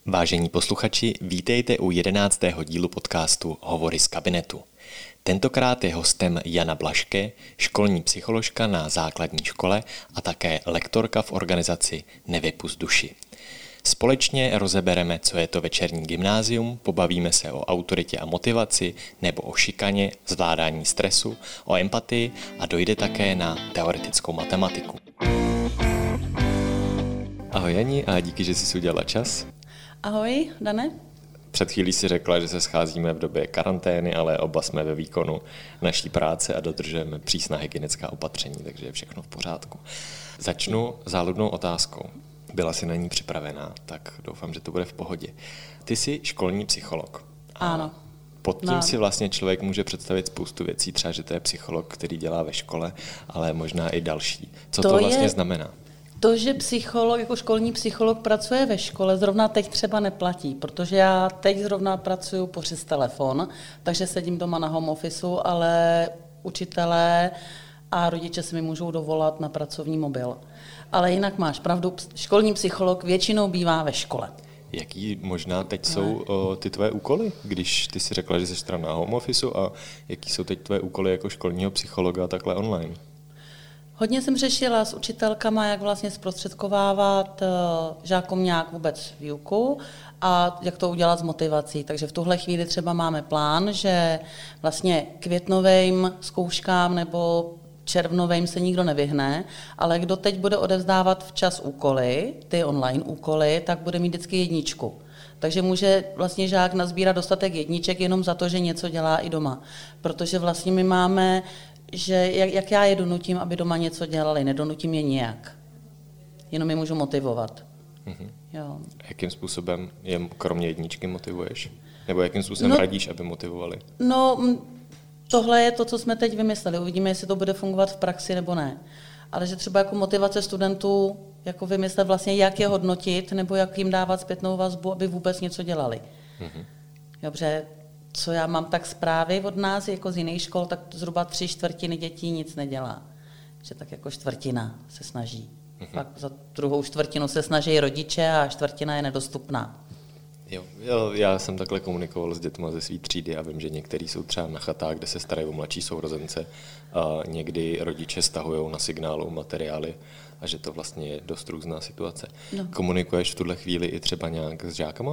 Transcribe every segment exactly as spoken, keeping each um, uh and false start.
Vážení posluchači, vítejte u jedenáctého dílu podcastu Hovory z kabinetu. Tentokrát je hostem Jana Blažke, školní psycholožka na základní škole a také lektorka v organizaci Nevypusť duši. Společně rozebereme, co je to večerní gymnázium, pobavíme se o autoritě a motivaci nebo o šikaně, zvládání stresu, o empatii a dojde také na teoretickou matematiku. Ahoj Jani a díky, že jsi si udělala čas. Ahoj, Dane. Před chvílí si řekla, že se scházíme v době karantény, ale oba jsme ve výkonu naší práce a dodržujeme přísná hygienická opatření, takže je všechno v pořádku. Začnu záludnou otázkou. Byla jsi na ní připravená, tak doufám, že to bude v pohodě. Ty jsi školní psycholog. Ano. Pod tím no. si vlastně člověk může představit spoustu věcí, třeba, že to je psycholog, který dělá ve škole, ale možná i další. Co to, to vlastně je... znamená? To, že psycholog, jako školní psycholog pracuje ve škole, zrovna teď třeba neplatí, protože já teď zrovna pracuju pořes telefon, takže sedím doma na home officeu, ale učitelé a rodiče se mi můžou dovolat na pracovní mobil. Ale jinak máš pravdu, školní psycholog většinou bývá ve škole. Jaký možná teď ne. jsou o, ty tvoje úkoly, když ty si řekla, že jsi teda na home officeu, a jaký jsou teď tvoje úkoly jako školního psychologa takhle online? Hodně jsem řešila s učitelkama, jak vlastně zprostředkovávat žákům nějak vůbec výuku a jak to udělat s motivací. Takže v tuhle chvíli třeba máme plán, že vlastně květnovým zkouškám nebo červnovým se nikdo nevyhne, ale kdo teď bude odevzdávat včas úkoly, ty online úkoly, tak bude mít vždycky jedničku. Takže může vlastně žák nazbírat dostatek jedniček jenom za to, že něco dělá i doma. Protože vlastně my máme, že jak, jak já je donutím, aby doma něco dělali, nedonutím je nijak. Jenom je můžu motivovat. Mm-hmm. Jo. Jakým způsobem je kromě jedničky motivuješ? Nebo jakým způsobem no, radíš, aby motivovali? No, tohle je to, co jsme teď vymysleli. Uvidíme, jestli to bude fungovat v praxi nebo ne. Ale že třeba jako motivace studentů jako vymyslet vlastně, jak je hodnotit, nebo jak jim dávat zpětnou vazbu, aby vůbec něco dělali. Mm-hmm. Dobře, co já mám tak zprávy od nás, jako z jiných škol, tak zhruba tři čtvrtiny dětí nic nedělá. Že tak jako čtvrtina se snaží. Mm-hmm. Pak za druhou čtvrtinu se snaží rodiče a čtvrtina je nedostupná. Jo, jo, já jsem takhle komunikoval s dětma ze své třídy a vím, že některý jsou třeba na chatách, kde se starají o mladší sourozence, a někdy rodiče stahujou na signálu materiály a že to vlastně je dost různá situace. No. Komunikuješ v tuhle chvíli i třeba nějak s žákama?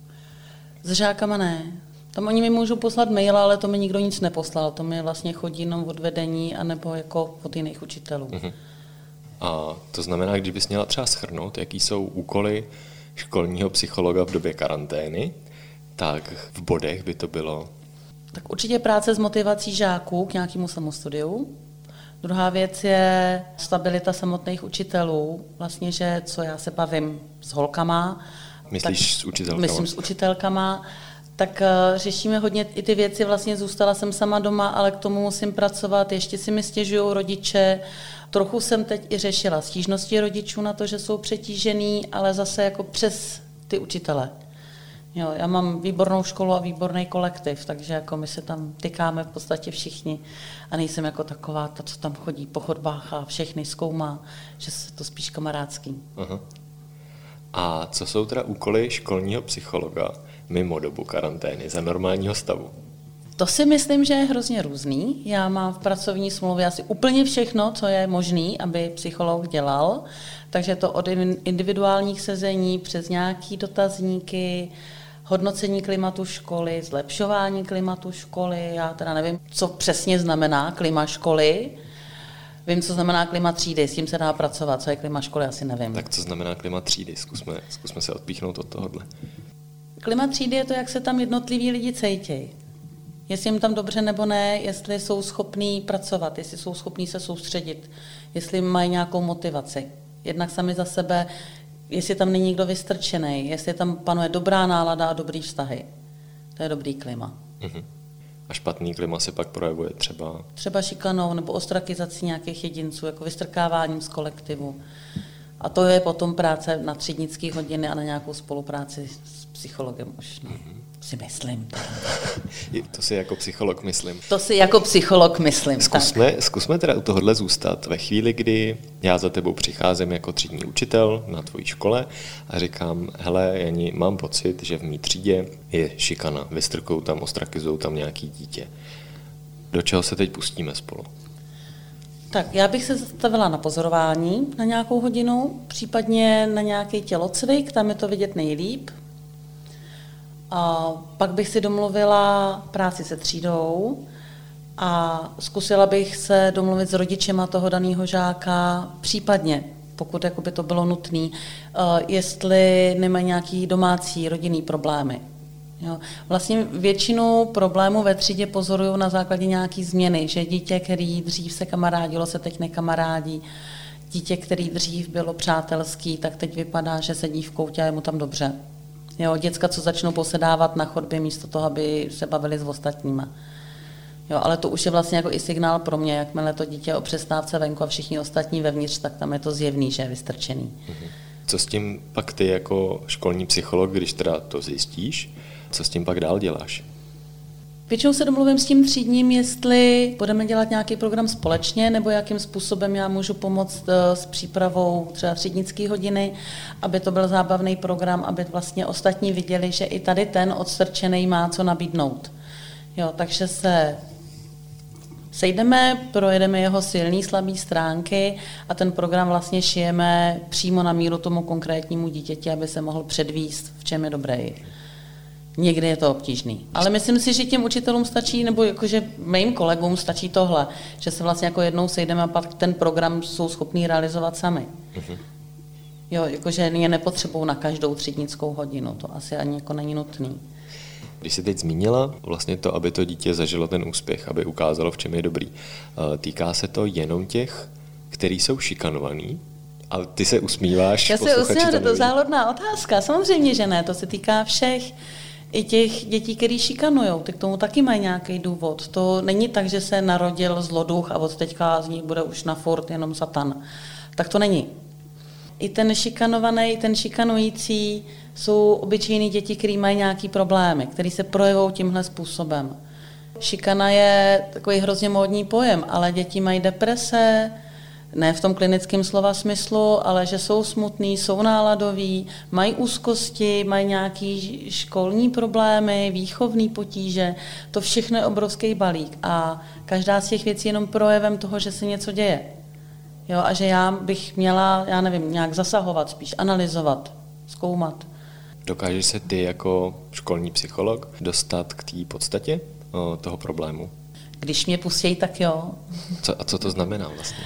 S žákama ne. Tam oni mi můžou poslat mail, ale to mi nikdo nic neposlal. To mi vlastně chodí jenom od vedení anebo jako od jiných učitelů. Uh-huh. A to znamená, když bys měla třeba shrnout, jaký jsou úkoly školního psychologa v době karantény, tak v bodech by to bylo? Tak určitě práce s motivací žáků k nějakému samostudiu. Druhá věc je stabilita samotných učitelů. Vlastně, že co já se bavím s holkama. Myslíš s učitelkama? Myslím s učitelkama. Tak uh, řešíme hodně i ty věci, vlastně zůstala jsem sama doma, ale k tomu musím pracovat, ještě si mi stěžují rodiče. Trochu jsem teď i řešila stížnosti rodičů na to, že jsou přetížený, ale zase jako přes ty učitele. Jo, já mám výbornou školu a výborný kolektiv, takže jako my se tam tykáme v podstatě všichni a nejsem jako taková ta, co tam chodí po chodbách a všechny zkoumá, že je to spíš kamarádský. Aha. A co jsou teda úkoly školního psychologa mimo dobu karantény za normálního stavu? To si myslím, že je hrozně různý. Já mám v pracovní smlouvě asi úplně všechno, co je možné, aby psycholog dělal. Takže to od individuálních sezení přes nějaký dotazníky, hodnocení klimatu školy, zlepšování klimatu školy. Já teda nevím, co přesně znamená klima školy. Vím, co znamená klima třídy, s tím se dá pracovat. Co je klima školy, asi nevím. Tak co znamená klima třídy? Zkusme, zkusme se odpíchnout od tohohle. Klima třídy je to, jak se tam jednotliví lidi cítějí. Jestli jim tam dobře nebo ne, jestli jsou schopní pracovat, jestli jsou schopní se soustředit, jestli mají nějakou motivaci. Jednak sami za sebe, jestli tam není někdo vystrčený, jestli tam panuje dobrá nálada a dobrý vztahy. To je dobrý klima. Uh-huh. A špatný klima se pak projevuje třeba? Třeba šikanou nebo ostrakizací nějakých jedinců, jako vystrkáváním z kolektivu. A to je potom práce na třídnické hodiny a na nějakou spolupráci s psychologem už, no. Mm-hmm. Si myslím. To si jako psycholog myslím. To si jako psycholog myslím. Zkusme, zkusme teda u tohohle zůstat. Ve chvíli, kdy já za tebou přicházím jako třídní učitel na tvojí škole a říkám, hele, Jani, mám pocit, že v mý třídě je šikana. Vystrkou tam, ostrakizujou tam nějaký dítě. Do čeho se teď pustíme spolu? Tak já bych se zastavila na pozorování na nějakou hodinu, případně na nějaký tělocvik, tam je to vidět nejlíp. A pak bych si domluvila práci se třídou a zkusila bych se domluvit s rodičema toho daného žáka, případně, pokud by to bylo nutné, jestli nemají nějaký domácí rodinný problémy. Jo. Vlastně většinu problémů ve třídě pozoruju na základě nějaký změny, že dítě, který dřív se kamarádilo, se teď nekamarádí, dítě, který dřív bylo přátelský, tak teď vypadá, že sedí v koutě a je mu tam dobře. Jo, děcka, co začnou posedávat na chodbě místo toho, aby se bavili s ostatníma. Jo, ale to už je vlastně jako i signál pro mě, jakmile to dítě o přestávce venku a všichni ostatní vevnitř, tak tam je to zjevný, že je vystrčený. Co s tím pak ty jako školní psycholog, když teda to zjistíš, co s tím pak dál děláš? Většinou se domluvím s tím třídním, jestli budeme dělat nějaký program společně, nebo jakým způsobem já můžu pomoct s přípravou třeba třídnické hodiny, aby to byl zábavný program, aby vlastně ostatní viděli, že i tady ten odstrčený má co nabídnout. Jo, takže se sejdeme, projedeme jeho silné, slabé stránky a ten program vlastně šijeme přímo na míru tomu konkrétnímu dítěti, aby se mohl předvíst, v čem je dobrý. Někdy je to obtížný. Ale myslím si, že těm učitelům stačí, nebo jakože mým kolegům stačí tohle, že se vlastně jako jednou sejdeme a pak ten program jsou schopní realizovat sami. Uh-huh. Jo, jakože je nepotřebují na každou třídnickou hodinu, to asi ani jako není nutný. Když jsi teď zmínila vlastně to, aby to dítě zažilo ten úspěch, aby ukázalo, v čem je dobrý, týká se to jenom těch, kteří jsou šikanovaní? Ale ty se usmíváš. Já se usmívám, to je záludná otázka. Samozřejmě, že ne, to se týká všech. I těch dětí, který šikanujou, ty k tomu taky mají nějaký důvod. To není tak, že se narodil zloduch a od teďka z nich bude už na furt jenom satan. Tak to není. I ten šikanovaný, ten šikanující jsou obyčejní děti, který mají nějaký problémy, který se projevují tímhle způsobem. Šikana je takový hrozně módní pojem, ale děti mají deprese, ne v tom klinickém slova smyslu, ale že jsou smutný, jsou náladoví, mají úzkosti, mají nějaký školní problémy, výchovní potíže, to všechno je obrovský balík a každá z těch věcí je jenom projevem toho, že se něco děje. Jo, a že já bych měla, já nevím, nějak zasahovat, spíš analyzovat, zkoumat. Dokážeš se ty jako školní psycholog dostat k té podstatě o, toho problému? Když mě pustí, tak jo. Co, a co to znamená vlastně?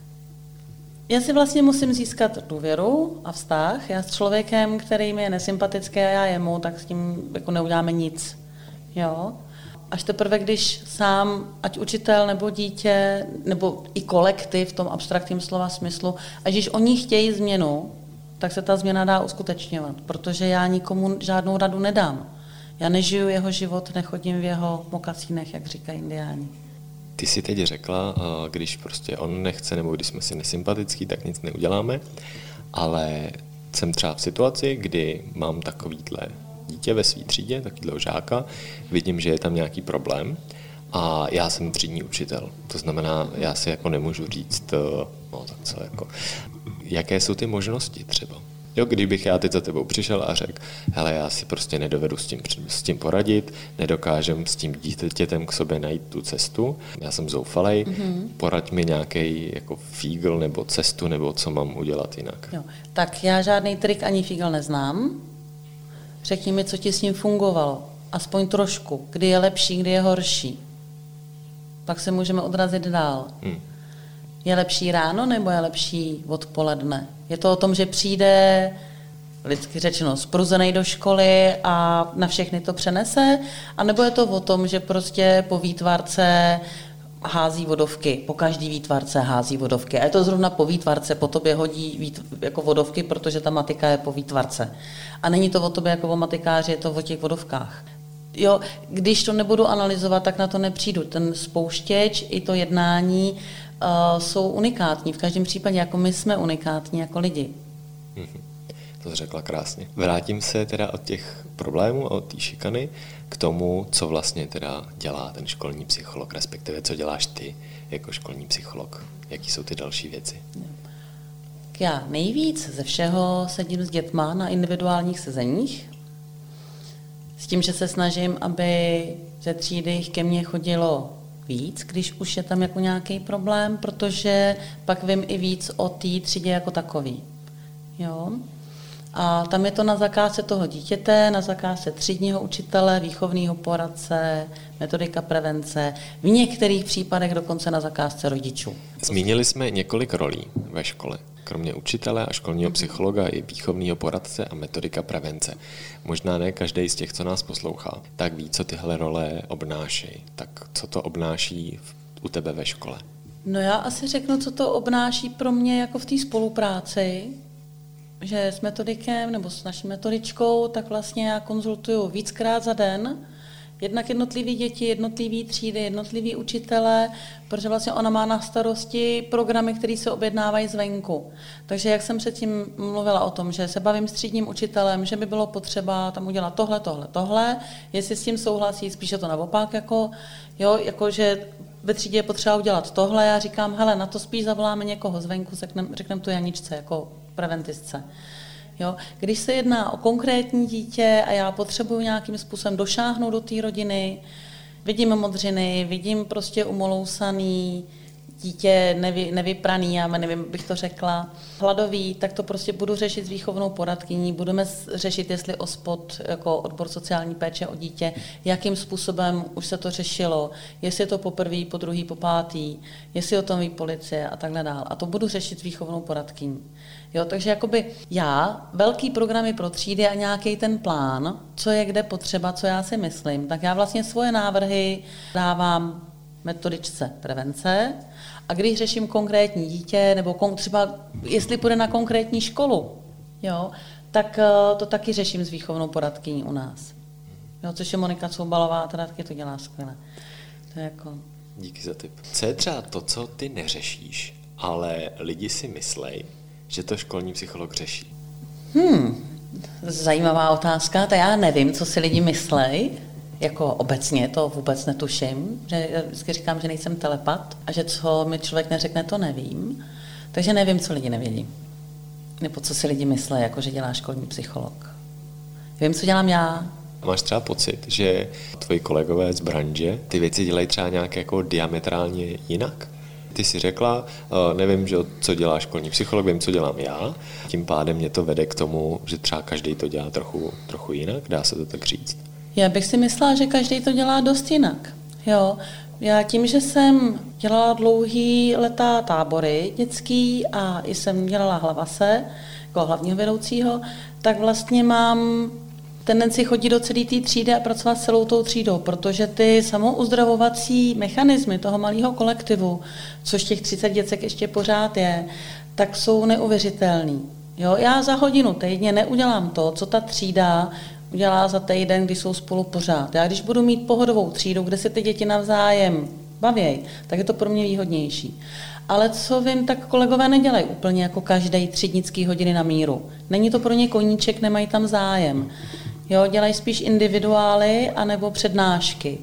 Já si vlastně musím získat důvěru a vztah. Já s člověkem, který mi je nesympatický a já jemu, tak s tím jako neuděláme nic. Jo? Až teprve, když sám, ať učitel nebo dítě, nebo i kolektiv v tom abstraktním slova smyslu, až když oni chtějí změnu, tak se ta změna dá uskutečňovat, protože já nikomu žádnou radu nedám. Já nežiju jeho život, nechodím v jeho mokasínech, jak říkají indiáni. Ty si teď řekla, když prostě on nechce, nebo když jsme si nesympatický, tak nic neuděláme, ale jsem třeba v situaci, kdy mám takovýhle dítě ve své třídě, takovýhle žáka, vidím, že je tam nějaký problém a já jsem třídní učitel. To znamená, já si jako nemůžu říct, no tak co jako, jaké jsou ty možnosti třeba. Jo, kdybych já teď za tebou přišel a řekl, hele, já si prostě nedovedu s tím, s tím poradit, nedokážem s tím dítětem k sobě najít tu cestu, já jsem zoufalej, mm-hmm. poraď mi nějaký jako fígl nebo cestu, nebo co mám udělat jinak. Jo, tak já žádný trik ani fígl neznám. Řekni mi, co ti s ním fungovalo. Aspoň trošku, kdy je lepší, kdy je horší. Pak se můžeme odrazit dál. Hmm. Je lepší ráno nebo je lepší odpoledne? Je to o tom, že přijde, lidsky řečeno, spruzenej do školy a na všechny to přenese? A nebo je to o tom, že prostě po výtvarce hází vodovky, po každý výtvarce hází vodovky. A je to zrovna po výtvarce, po tobě hodí vít, jako vodovky, protože ta matika je po výtvarce. A není to o tobě jako o matikáři, je to o těch vodovkách. Jo, když to nebudu analyzovat, tak na to nepřijdu. Ten spouštěč i to jednání uh, jsou unikátní. V každém případě, jako my jsme unikátní jako lidi. Mhm. To jsi řekla krásně. Vrátím se teda od těch problémů a od té šikany k tomu, co vlastně teda dělá ten školní psycholog, respektive co děláš ty jako školní psycholog. Jaký jsou ty další věci? Já nejvíc ze všeho sedím s dětma na individuálních sezeních, s tím, že se snažím, aby ze třídy jich ke mně chodilo víc, když už je tam jako nějaký problém, protože pak vím i víc o té třídě jako takový. Jo? A tam je to na zakázce toho dítěte, na zakázce třídního učitele, výchovného poradce, metodika prevence, v některých případech dokonce na zakázce rodičů. Zmínili jsme několik rolí ve škole. Kromě učitele a školního psychologa i výchovného poradce a metodika prevence. Možná ne každý z těch, co nás poslouchá, tak ví, co tyhle role obnášejí. Tak co to obnáší u tebe ve škole? No já asi řeknu, co to obnáší pro mě jako v té spolupráci, že s metodikem nebo s naší metodičkou, tak vlastně já konzultuju víckrát za den, jednak jednotlivý děti, jednotlivý třídy, jednotlivý učitele, protože vlastně ona má na starosti programy, které se objednávají zvenku. Takže jak jsem předtím mluvila o tom, že se bavím s třídním učitelem, že by bylo potřeba tam udělat tohle, tohle, tohle, jestli s tím souhlasí, spíše to naopak, jako, jo, jako že ve třídě je potřeba udělat tohle, já říkám, hele, na to spíš zavoláme někoho zvenku, řekneme řeknem to Janičce, jako preventistce. Jo? Když se jedná o konkrétní dítě a já potřebuji nějakým způsobem došáhnout do té rodiny, vidím modřiny, vidím prostě umolousaný dítě, nevy, nevypraný, já nevím, bych to řekla, hladový, tak to prostě budu řešit s výchovnou poradkyní, budeme řešit, jestli OSPOD, jako odbor sociální péče o dítě, jakým způsobem už se to řešilo, jestli je to po prvý, po druhý, po pátý, jestli o tom ví policie a takhle dál. A to budu řešit s výchovnou poradkyní. Jo, takže jakoby já, velký programy pro třídy a nějaký ten plán, co je kde potřeba, co já si myslím, tak já vlastně svoje návrhy dávám metodičce prevence a když řeším konkrétní dítě, nebo kon, třeba jestli půjde na konkrétní školu, jo, tak uh, to taky řeším s výchovnou poradkyní u nás. Jo, což je Monika Coubalová, teda taky to dělá skvěle. To je jako... Díky za tip. Co je třeba to, co ty neřešíš, ale lidi si myslej, že to školní psycholog řeší? Hmm, zajímavá otázka, to já nevím, co si lidi myslej. Jako obecně to vůbec netuším, že já vždycky říkám, že nejsem telepat a že co mi člověk neřekne, to nevím. Takže nevím, co lidi nevědí. Nebo co si lidi myslí, jako že dělá školní psycholog. Vím, co dělám já. Máš třeba pocit, že tvoji kolegové z branže ty věci dělají třeba nějak jako diametrálně jinak? Ty jsi řekla, nevím, že co dělá školní psycholog, vím, co dělám já. Tím pádem mě to vede k tomu, že třeba každý to dělá trochu, trochu jinak, dá se to tak říct? Já bych si myslela, že každý to dělá dost jinak. Jo. Já tím, že jsem dělala dlouhý letá tábory dětský a i jsem dělala hlavase, jako hlavního vedoucího, tak vlastně mám tendenci chodit do celé té třídy a pracovat s celou tou třídou, protože ty samouzdravovací mechanismy toho malého kolektivu, což těch třicet děcek ještě pořád je, tak jsou neuvěřitelný. Jo, já za hodinu týdně neudělám to, co ta třída udělá za týden, kdy jsou spolu pořád. Já když budu mít pohodovou třídu, kde se ty děti navzájem bavěj, tak je to pro mě výhodnější. Ale co vím, tak kolegové nedělají úplně jako každý třídnický hodiny na míru. Není to pro ně koníček, nemají tam zájem. Jo, dělají spíš individuály anebo přednášky.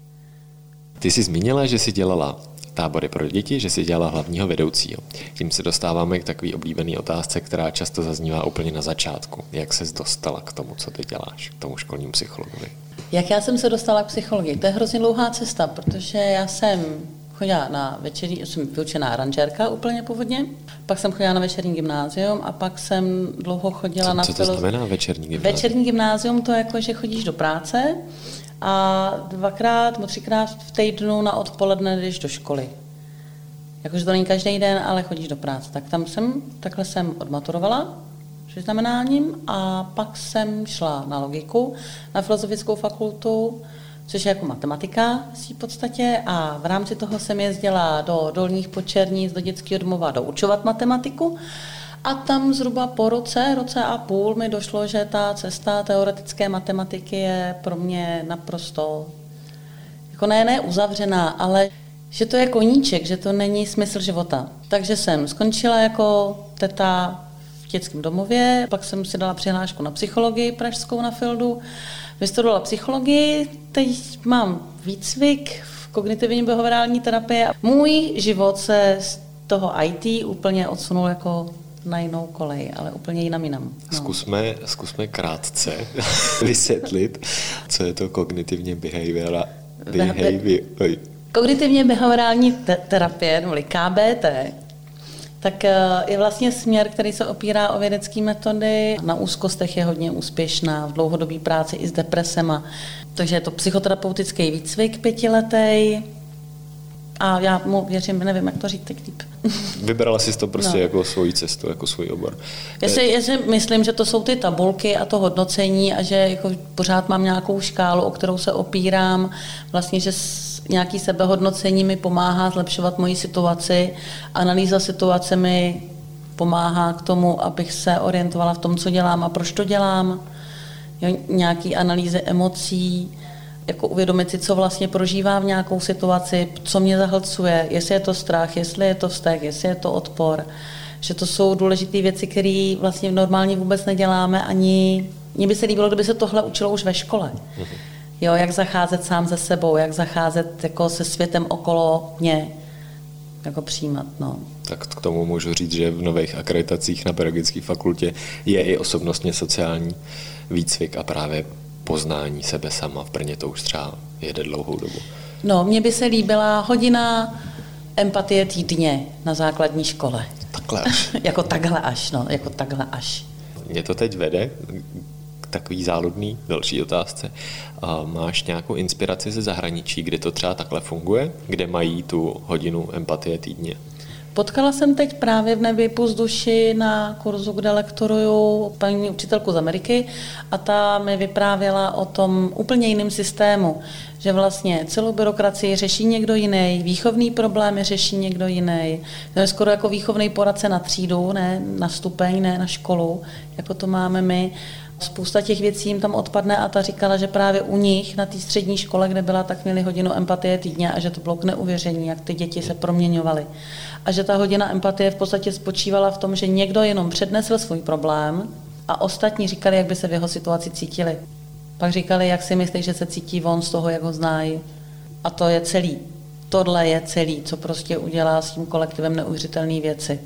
Ty jsi zmínila, že jsi dělala tábory pro děti, že jsi dělala hlavního vedoucího. Tím se dostáváme k takové oblíbené otázce, která často zaznívá úplně na začátku. Jak ses dostala k tomu, co ty děláš, k tomu školnímu psychologovi? Jak já jsem se dostala k psychologii? To je hrozně dlouhá cesta, protože já jsem chodila na večerní, jsem vyučená aranžérka úplně původně, pak jsem chodila na večerní gymnázium a pak jsem dlouho chodila co, na... Co to filo... znamená večerní gymnázium? Večerní gymnázium to je jako, že chodíš do práce a dvakrát nebo třikrát v týdnu na odpoledne jdeš do školy. Jakože to není každý den, ale chodíš do práce. Tak tam jsem, takhle jsem odmaturovala znamenáním a pak jsem šla na logiku, na filozofickou fakultu, což je jako matematika v podstatě a v rámci toho jsem jezdila do Dolních Počernic, do dětského domova doučovat matematiku a tam zhruba po roce, roce a půl mi došlo, že ta cesta teoretické matematiky je pro mě naprosto jako ne, ne uzavřená, ale že to je koníček, že to není smysl života. Takže jsem skončila jako teta v dětském domově, pak jsem si dala přihlášku na psychologii pražskou na Fildu, vystudovala psychologii, teď mám výcvik v kognitivní behaviorální terapii. Můj život se z toho í té úplně odsunul jako na jinou kolej, ale úplně jinam jinam. No. Zkusme, zkusme krátce vysvětlit, co je to kognitivně behaviorální behavior. Kognitivně behaviorální te- terapie, neboli K B T, tak je vlastně směr, který se opírá o vědecké metody. Na úzkostech je hodně úspěšná, v dlouhodobé práci i s depresema. Takže je to psychoterapeutický výcvik pětiletý. A já mu věřím, nevím, jak to říct teď líp. Vybrala jsi to prostě no. jako svoji cestu, jako svůj obor. Já si, já si myslím, že to jsou ty tabulky a to hodnocení a že jako pořád mám nějakou škálu, o kterou se opírám. Vlastně, že nějaký sebehodnocení mi pomáhá zlepšovat moji situaci. Analýza situace mi pomáhá k tomu, abych se orientovala v tom, co dělám a proč to dělám. Jo, nějaký analýzy emocí, jako uvědomit si, co vlastně prožívám v nějakou situaci, co mě zahlcuje, jestli je to strach, jestli je to vztek, jestli je to odpor. Že to jsou důležité věci, které vlastně normálně vůbec neděláme ani... Mně by se líbilo, kdyby se tohle učilo už ve škole. Jo, jak zacházet sám se sebou, jak zacházet jako se světem okolo mě, jako přijímat, no. Tak k tomu můžu říct, že v nových akreditacích na pedagogické fakultě je i osobnostně sociální výcvik a právě poznání sebe sama. V Brně to už třeba jede dlouhou dobu. No, mně by se líbila hodina empatie týdně na základní škole. Takhle až. jako takhle až, no, jako takhle až. Mě to teď vede k takový záludný další otázce. A máš nějakou inspiraci ze zahraničí, kde to třeba takhle funguje? Kde mají tu hodinu empatie týdně? Potkala jsem teď právě v Nevypu z duši na kurzu, kde lektoruju paní učitelku z Ameriky a ta mi vyprávěla o tom úplně jiném systému, že vlastně celou byrokracii řeší někdo jiný, výchovný problémy řeší někdo jiný. To je skoro jako výchovný poradce na třídu, ne na stupeň, ne na školu, jako to máme my. Spousta těch věcí jim tam odpadne a ta říkala, že právě u nich na té střední škole, kde byla, tak měli hodinu empatie týdně a že to bylo k neuvěření, jak ty děti se proměňovaly. A že ta hodina empatie v podstatě spočívala v tom, že někdo jenom přednesl svůj problém a ostatní říkali, jak by se v jeho situaci cítili. Pak říkali, jak si myslí, že se cítí on z toho, jak ho znají. A to je celý. Tohle je celý, co prostě udělá s tím kolektivem neuvěřitelné věci.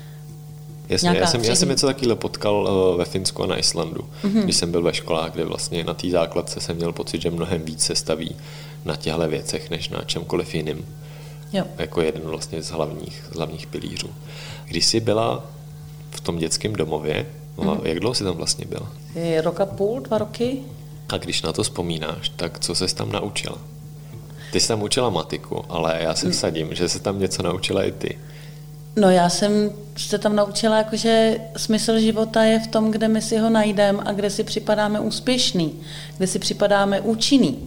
Jasně, já jsem, já jsem něco takového potkal ve Finsku a na Islandu, mm-hmm. když jsem byl ve školách, kde vlastně na té základce jsem měl pocit, že mnohem víc se staví na těchto věcech, než na čemkoliv jiným. Jo. Jako jeden vlastně z hlavních, z hlavních pilířů. Když jsi byla v tom dětském domově, mm-hmm. jak dlouho jsi tam vlastně byla? Je rok a půl, dva roky. A když na to vzpomínáš, tak co ses tam naučila? Ty jsi tam učila matiku, ale já se vsadím, že se tam něco naučila i ty. No já jsem se tam naučila, jakože smysl života je v tom, kde my si ho najdeme a kde si připadáme úspěšný, kde si připadáme účinný.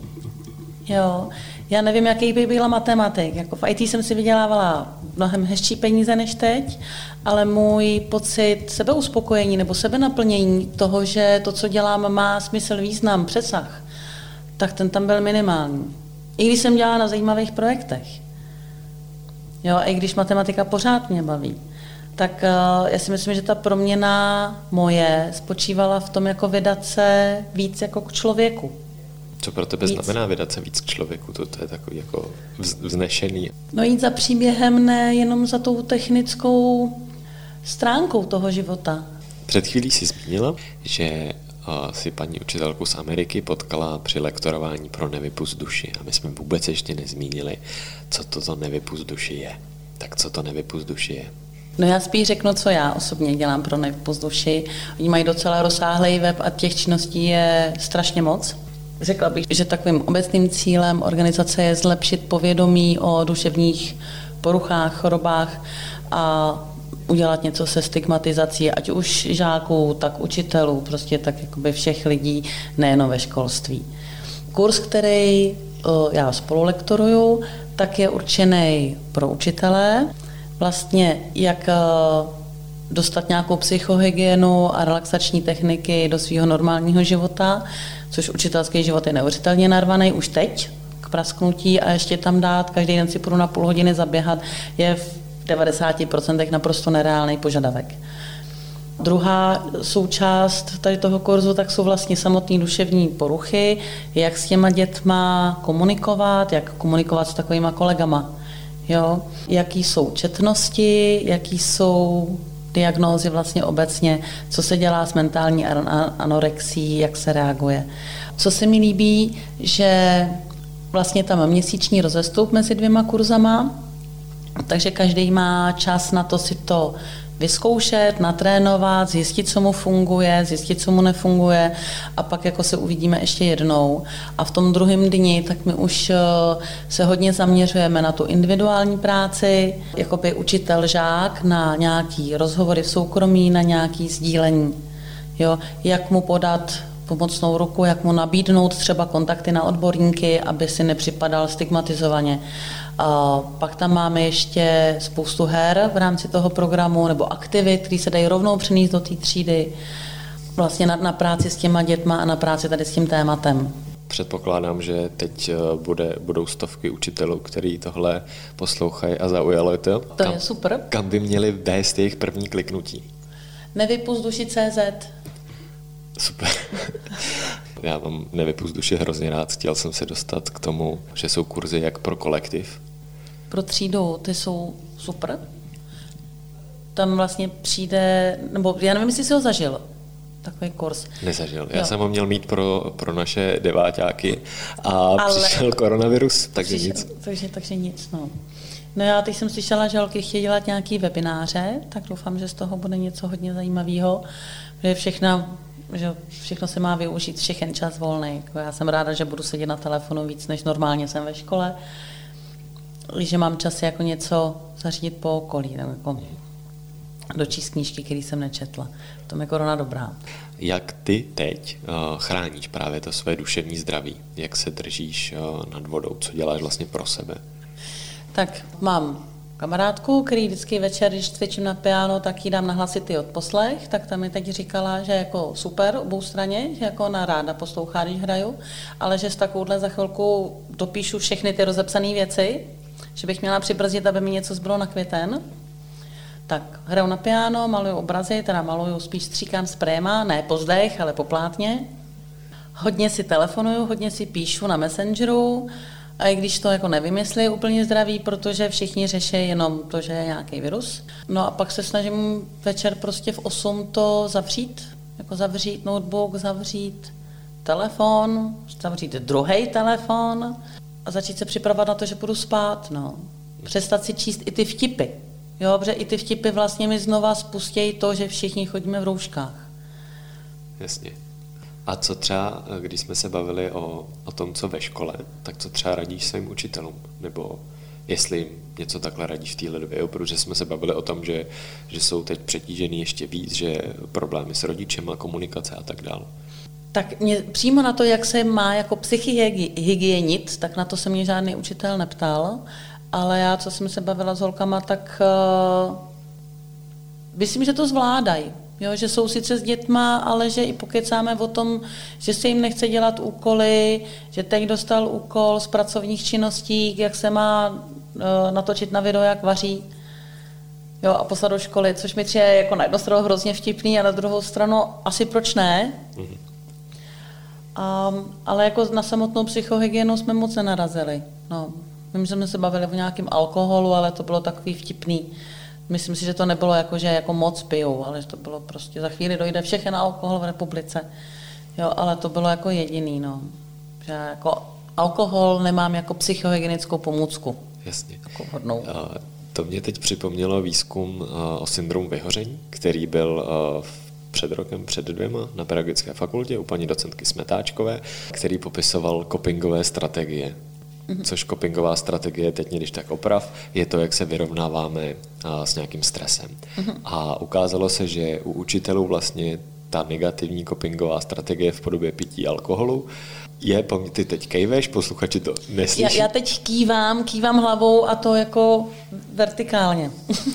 Jo. Já nevím, jaký by byla matematik. Jako v í té jsem si vydělávala mnohem hezčí peníze než teď, ale můj pocit sebeuspokojení nebo sebenaplnění toho, že to, co dělám, má smysl, význam, přesah, tak ten tam byl minimální. I když jsem dělala na zajímavých projektech. Jo, a i když matematika pořád mě baví, tak uh, já si myslím, že ta proměna moje spočívala v tom, jako vydat se víc jako k člověku. Co pro tebe víc znamená vydat se víc k člověku? To, to je takový jako vznešený. No jít za příběhem, ne jenom za tou technickou stránkou toho života. Před chvílí si zmínila, že uh, si paní učitelku z Ameriky potkala při lektorování pro Nevypust duši. A my jsme vůbec ještě nezmínili, co to to Nevypust duši je. Tak co to Nevypust duši je? No já spíš řeknu, co já osobně dělám pro Nevypust duši. Oni mají docela rozsáhlý web a těch činností je strašně moc. Řekla bych, že takovým obecným cílem organizace je zlepšit povědomí o duševních poruchách, chorobách a udělat něco se stigmatizací, ať už žáků, tak učitelů, prostě tak jakoby všech lidí, nejen ve školství. Kurz, který já spolulektoruju, tak je určený pro učitele. Vlastně jak dostat nějakou psychohygienu a relaxační techniky do svého normálního života, což učitelský život je neuvěřitelně narvaný už teď k prasknutí a ještě tam dát, každý den si půjdu na půl hodiny zaběhat, je v devadesáti procentech naprosto nereálný požadavek. Druhá součást tady toho kurzu tak jsou vlastně samotné duševní poruchy, jak s těma dětma komunikovat, jak komunikovat s takovýma kolegama. Jo? Jaký jsou četnosti, jaký jsou diagnózy vlastně obecně, co se dělá s mentální anorexí, jak se reaguje. Co se mi líbí, že vlastně tam měsíční rozestup mezi dvěma kurzama, takže každý má čas na to si to vyzkoušet, natrénovat, zjistit, co mu funguje, zjistit, co mu nefunguje a pak jako se uvidíme ještě jednou. A v tom druhém dni tak my už se hodně zaměřujeme na tu individuální práci, jakoby učitel žák na nějaký rozhovory v soukromí, na nějaký sdílení. Jo, jak mu podat pomocnou ruku, jak mu nabídnout třeba kontakty na odborníky, aby si nepřipadal stigmatizovaně. A pak tam máme ještě spoustu her v rámci toho programu nebo aktivit, které se dají rovnou přenést do té třídy, vlastně na, na práci s těma dětma a na práci tady s tím tématem. Předpokládám, že teď bude, budou stovky učitelů, který tohle poslouchají a zaujalo to. To kam, je super. Kam by měli vést jejich první kliknutí? Nevypust duši tečka cé zet. Super. Já mám Nevypust duši hrozně rád. Chtěl jsem se dostat k tomu, že jsou kurzy jak pro kolektiv. Pro třídu, ty jsou super. Tam vlastně přijde, nebo já nevím, jestli jsi ho zažil, takový kurz. Nezažil. Já jo. jsem ho měl mít pro, pro naše deváťáky a Ale... přišel koronavirus, takže přišel, nic. Takže, takže nic, no. No já teď jsem slyšela, že holky chtějí dělat nějaký webináře, tak doufám, že z toho bude něco hodně zajímavého, že všechno, že všechno se má využít, všechen čas volný. Já jsem ráda, že budu sedět na telefonu víc, než normálně jsem ve škole, že mám čas jako něco zařídit po okolí, jako dočíst knížky, které jsem nečetla. To je korona dobrá. Jak ty teď uh, chráníš právě to své duševní zdraví? Jak se držíš uh, nad vodou? Co děláš vlastně pro sebe? Tak mám kamarádku, který vždycky večer, když cvičím na piano, tak jí dám na hlasitý odposlech, tak ta mi teď říkala, že jako super obou straně, že jako ona ráda poslouchá, když hraju, ale že s takovouhle za chvilku dopíšu všechny ty rozepsané věci, že bych měla přibrzdit, aby mi něco zbylo na květen. Tak hraju na piano, maluju obrazy, teda maluju spíš stříkám sprayma, ne po zdech, ale po plátně. Hodně si telefonuju, hodně si píšu na Messengeru, a i když to jako nevím, jestli je úplně zdravý, protože všichni řeší jenom to, že je nějaký virus. No a pak se snažím večer prostě v osm to zavřít, jako zavřít notebook, zavřít telefon, zavřít druhý telefon a začít se připravovat na to, že půjdu spát. No. Přestat si číst i ty vtipy. Jo, protože i ty vtipy vlastně mi znova spustějí to, že všichni chodíme v rouškách. Jasně. A co třeba, když jsme se bavili o, o tom, co ve škole, tak co třeba radíš svým učitelům? Nebo jestli jim něco takhle radíš v téhle době, protože jsme se bavili o tom, že, že jsou teď přetížený ještě víc, že problémy s rodičema, komunikace a tak dále. Tak mě, přímo na to, jak se má jako psychihygienit, tak na to se mě žádný učitel neptal, ale já, co jsem se bavila s holkama, tak uh, myslím, že to zvládají. Jo, že jsou sice s dětma, ale že i pokecáme o tom, že se jim nechce dělat úkoly, že teď dostal úkol z pracovních činností, jak se má uh, natočit na video, jak vaří, jo, a poslat do školy, což mi třeba jako na jednu stranu hrozně vtipný a na druhou stranu asi proč ne. Mm-hmm. Um, ale jako na samotnou psychohygienu jsme moc nenarazili. No, vím, že jsme se bavili o nějakém alkoholu, ale to bylo takový vtipný. Myslím si, že to nebylo jako, že jako moc pijou, ale že to bylo prostě za chvíli dojde všechen alkohol v republice. Jo, ale to bylo jako jediný, no. Že jako alkohol nemám jako psychohygienickou pomůcku. Jasně. Jako hodnou. A to mě teď připomnělo výzkum o syndromu vyhoření, který byl před rokem, před dvěma na pedagogické fakultě u paní docentky Smetáčkové, který popisoval copingové strategie. Což copingová strategie, teď mě když tak oprav, je to, jak se vyrovnáváme s nějakým stresem. A ukázalo se, že u učitelů vlastně ta negativní copingová strategie v podobě pití alkoholu je, ty teď kejveš, posluchači to neslyší. Já, já teď kývám, kývám hlavou a to jako vertikálně.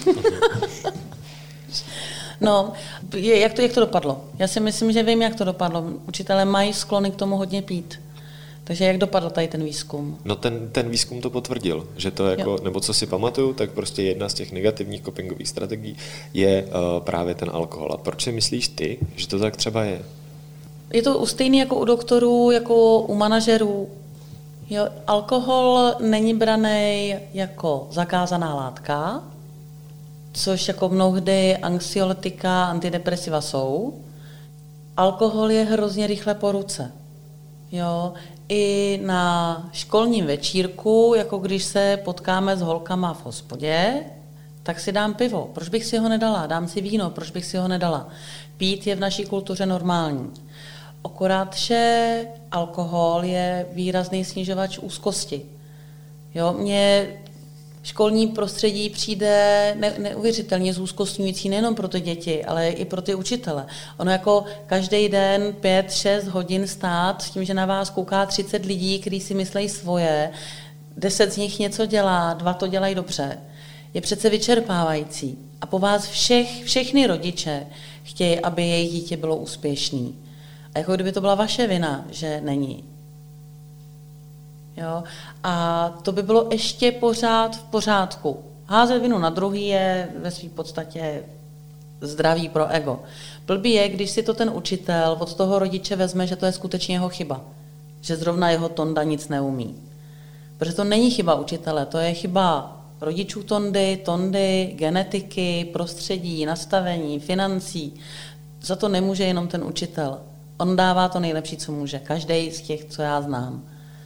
No, jak to, jak to dopadlo? Já si myslím, že vím, jak to dopadlo. Učitelé mají sklony k tomu hodně pít. Takže jak dopadl tady ten výzkum? No ten, ten výzkum to potvrdil, že to jako, jo. Nebo co si pamatuju, tak prostě jedna z těch negativních copingových strategií je uh, právě ten alkohol. A proč si myslíš ty, že to tak třeba je? Je to u stejný jako u doktorů, jako u manažerů. Jo, alkohol není braný jako zakázaná látka, což jako mnohdy anxiolytika, antidepresiva jsou. Alkohol je hrozně rychle po ruce. Jo, i na školním večírku, jako když se potkáme s holkama v hospodě, tak si dám pivo. Proč bych si ho nedala? Dám si víno. Proč bych si ho nedala? Pít je v naší kultuře normální. Akorát, že alkohol je výrazný snižovač úzkosti. Jo, mně školní prostředí přijde ne, neuvěřitelně zúzkostňující nejenom pro ty děti, ale i pro ty učitele. Ono jako každý den pět, šest hodin stát s tím, že na vás kouká třicet lidí, kteří si myslejí svoje, deset z nich něco dělá, dva to dělají dobře, je přece vyčerpávající. A po vás všech, všechny rodiče chtějí, aby jejich dítě bylo úspěšný. A jako kdyby to byla vaše vina, že není. Jo? A to by bylo ještě pořád v pořádku. Házet vinu na druhý je ve své podstatě zdravý pro ego. Blbý je, když si to ten učitel od toho rodiče vezme, že to je skutečně jeho chyba. Že zrovna jeho Tonda nic neumí. Protože to není chyba učitele, to je chyba rodičů Tondy, Tondy, genetiky, prostředí, nastavení, financí. Za to nemůže jenom ten učitel. On dává to nejlepší, co může. Každý z těch, co já znám.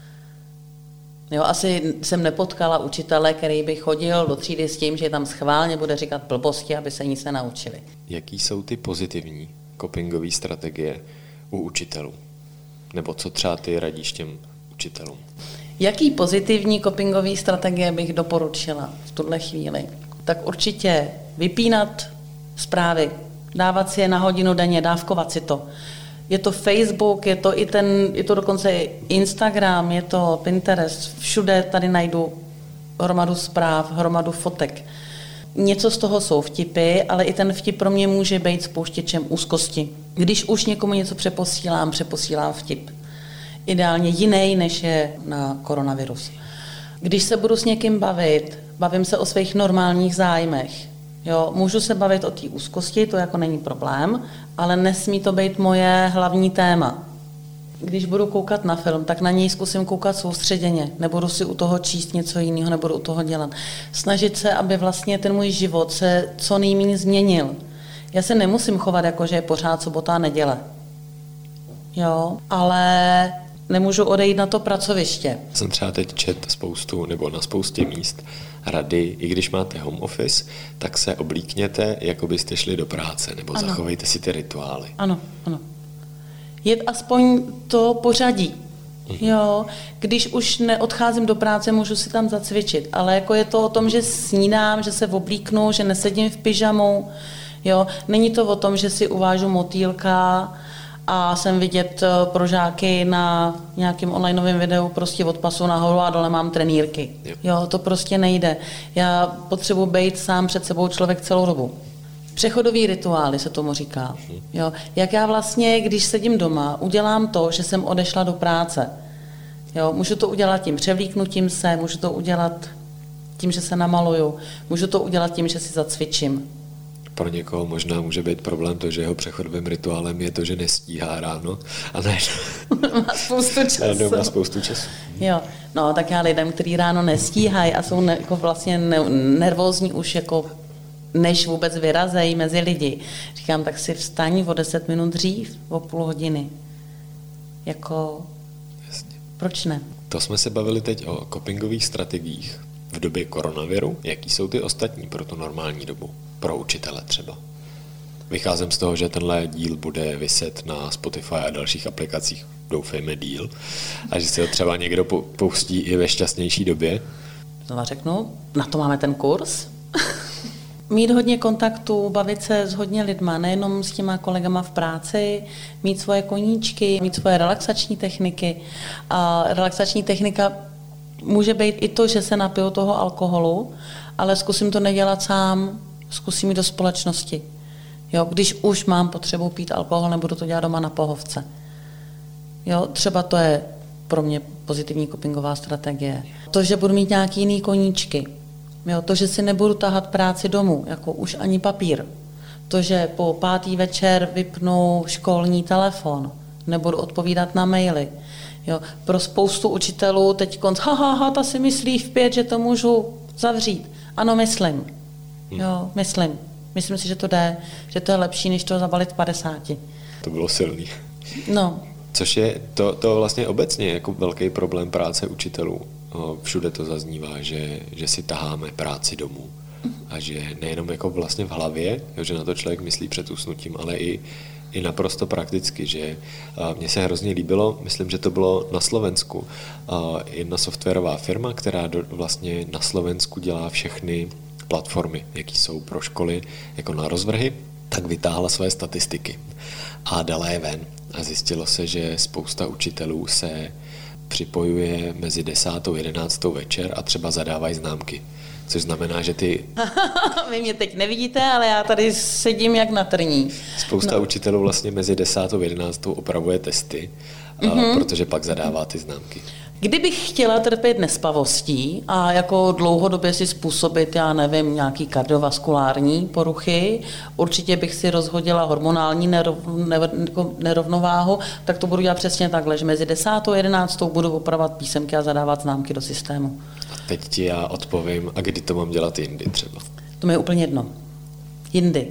Jo, asi jsem nepotkala učitele, který by chodil do třídy s tím, že tam schválně bude říkat blbosti, aby se nic nenaučili. Jaký jsou ty pozitivní copingové strategie u učitelů? Nebo co třeba ty radíš těm učitelům? Jaký pozitivní copingové strategie bych doporučila v tuhle chvíli? Tak určitě vypínat zprávy, dávat si je na hodinu denně, dávkovat si to. Je to Facebook, je to i ten, je to dokonce Instagram, je to Pinterest, všude tady najdu hromadu zpráv, hromadu fotek. Něco z toho jsou vtipy, ale i ten vtip pro mě může být spouštěčem úzkosti. Když už někomu něco přeposílám, přeposílám vtip. Ideálně jiný, než je na koronavirus. Když se budu s někým bavit, bavím se o svých normálních zájmech. Jo, můžu se bavit o té úzkosti, to jako není problém, ale nesmí to být moje hlavní téma. Když budu koukat na film, tak na něj zkusím koukat soustředěně, nebudu si u toho číst něco jiného, nebudu u toho dělat. Snažit se, aby vlastně ten můj život se co nejméně změnil. Já se nemusím chovat jako, že je pořád sobota a neděle. Jo, ale nemůžu odejít na to pracoviště. Jsem třeba teď čet spoustu, nebo na spoustě míst rady, i když máte home office, tak se oblíkněte, jako byste šli do práce, nebo ano. Zachovejte si ty rituály. Ano, ano. Je aspoň to pořadí. Mhm. Jo, když už neodcházím do práce, můžu si tam zacvičit, ale jako je to o tom, že snídám, že se oblíknu, že nesedím v pyžamu. Jo, není to o tom, že si uvážu motýlka a jsem vidět pro žáky na nějakém onlineovém videu prostě od pasu nahoru a dole mám trenýrky. Jo. jo, to prostě nejde. Já potřebuji být sám před sebou člověk celou dobu. Přechodový rituály se tomu říká. Jo, jak já vlastně, když sedím doma, udělám to, že jsem odešla do práce. Jo, můžu to udělat tím převlíknutím se, můžu to udělat tím, že se namaluju, můžu to udělat tím, že si zacvičím. Pro někoho možná může být problém to, že jeho přechodovým rituálem je to, že nestíhá ráno a ne. Má spoustu času. Má spoustu času. Jo, no tak já lidem, kteří ráno nestíhají a jsou ne, jako vlastně ne, nervózní už jako než vůbec vyrazejí mezi lidi. Říkám, tak si vstaň o deset minut dřív, o půl hodiny. Jako, jasně. Proč ne? To jsme se bavili teď o copingových strategiích v době koronaviru. Jaký jsou ty ostatní pro tu normální dobu? Pro učitele třeba. Vycházím z toho, že tenhle díl bude viset na Spotify a dalších aplikacích, doufejme díl, a že si ho třeba někdo pustí i ve šťastnější době. Znova řeknu, na to máme ten kurz. Mít hodně kontaktů, bavit se s hodně lidma, nejenom s těma kolegama v práci, mít svoje koníčky, mít svoje relaxační techniky. A relaxační technika může být i to, že se napiju toho alkoholu, ale zkusím to nedělat sám, zkusím jít do společnosti. Jo, když už mám potřebu pít alkohol, nebudu to dělat doma na pohovce. Jo, třeba to je pro mě pozitivní copingová strategie. To, že budu mít nějaký jiný koníčky, jo, to, že si nebudu tahat práci domů, jako už ani papír, to, že po pátý večer vypnu školní telefon, nebudu odpovídat na maily. Jo, pro spoustu učitelů teď konc, ha, ha, ha, ta si myslí v pět, že to můžu zavřít. Ano, myslím. Jo, myslím. Myslím si, že to jde, že to je lepší, než to zabalit v padesáti. To bylo silný. No. Což je to, to vlastně obecně jako velký problém práce učitelů. Všude to zaznívá, že, že si taháme práci domů. A že nejenom jako vlastně v hlavě, jo, že na to člověk myslí před usnutím, ale i, i naprosto prakticky, že mně se hrozně líbilo, myslím, že to bylo na Slovensku, jedna softwarová firma, která do, vlastně na Slovensku dělá všechny platformy, jaký jsou pro školy jako na rozvrhy, tak vytáhla své statistiky a dala je ven. A zjistilo se, že spousta učitelů se připojuje mezi desátou a jedenáctou večer a třeba zadávají známky. Což znamená, že ty... Vy mě teď nevidíte, ale já tady sedím jak na trní. Spousta no. učitelů vlastně mezi desátou a jedenáctou opravuje testy, mm-hmm. protože pak zadává ty známky. Kdybych chtěla trpět nespavostí a jako dlouhodobě si způsobit, já nevím, nějaký kardiovaskulární poruchy, určitě bych si rozhodila hormonální nerov, nerovnováhu, tak to budu dělat přesně takhle, že mezi desátou a jedenáctou budu opravovat písemky a zadávat známky do systému. A teď ti já odpovím, a kdy to mám dělat jindy třeba? To mi je úplně jedno. Jindy.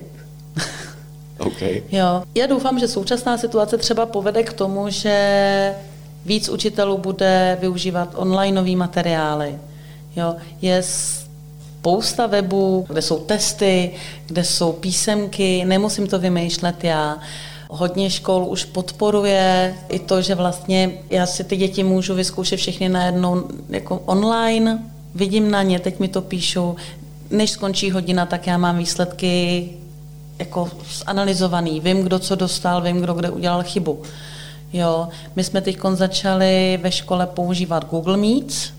Okay. Jo. Já doufám, že současná situace třeba povede k tomu, že víc učitelů bude využívat onlineové materiály. Jo. Je spousta webů, kde jsou testy, kde jsou písemky, nemusím to vymýšlet já. Hodně škol už podporuje i to, že vlastně já si ty děti můžu vyzkoušet všechny najednou jako online, vidím na ně, teď mi to píšou, než skončí hodina, tak já mám výsledky jako zanalyzovaný, vím, kdo co dostal, vím, kdo kde udělal chybu. Jo, my jsme teď začali ve škole používat Google Meets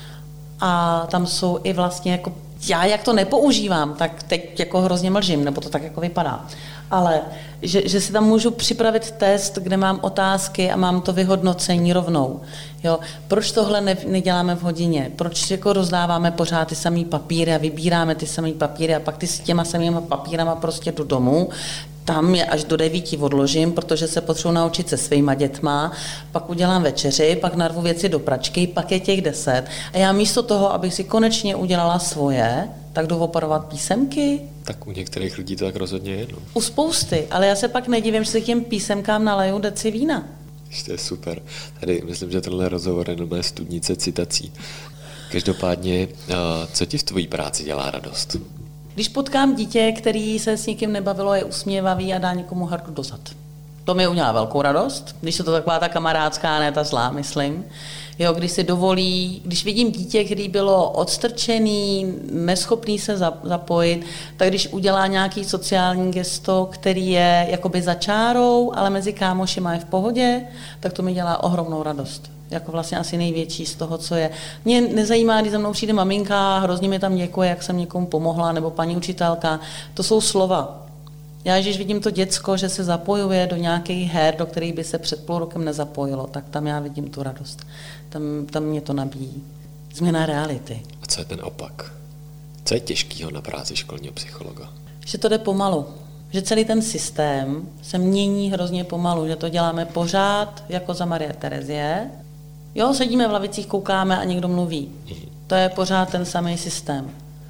a tam jsou i vlastně jako, já jak to nepoužívám, tak teď jako hrozně mlžím, nebo to tak jako vypadá. Ale že, že si tam můžu připravit test, kde mám otázky a mám to vyhodnocení rovnou. Jo, proč tohle ne, neděláme v hodině? Proč jako rozdáváme pořád ty samý papíry a vybíráme ty samý papíry a pak ty s těma samýma papírama prostě jdu domů, tam je až do devíti odložím, protože se potřebuji naučit se svýma dětma, pak udělám večeři, pak narvu věci do pračky, pak je těch deset. A já místo toho, abych si konečně udělala svoje, tak jdu operovat písemky. Tak u některých lidí to tak rozhodně je. No. U spousty, ale já se pak nedivím, že se k těm písemkám nalejou deci vína. To je super. Tady myslím, že tenhle rozhovor je na studnice citací. Každopádně, co ti v tvojí práci dělá radost? Když potkám dítě, který se s nikým nebavilo, je usměvavý a dá někomu hardu do zad. To mi udělá velkou radost, když je to taková ta kamarádská, ne ta zlá, myslím. Jo, když si dovolí, když vidím dítě, který bylo odstrčený, neschopný se zapojit, tak když udělá nějaký sociální gesto, který je jakoby za čárou, ale mezi kámošima je v pohodě, tak to mi dělá ohromnou radost. Jako vlastně asi největší z toho, co je. Mě nezajímá, když za mnou přijde maminka, hrozně mi tam děkuje, jak jsem někomu pomohla, nebo paní učitelka. To jsou slova. Já, když vidím to děcko, že se zapojuje do nějakých her, do kterých by se před půl rokem nezapojilo, tak tam já vidím tu radost. Tam, tam mě to nabíjí. Změna reality. A co je ten opak? Co je těžkýho na práci školního psychologa? Že to jde pomalu. Že celý ten systém se mění hrozně pomalu, že to děláme pořád jako za Marie Terezie. Jo, sedíme v lavicích, koukáme a někdo mluví. To je pořád ten samý systém.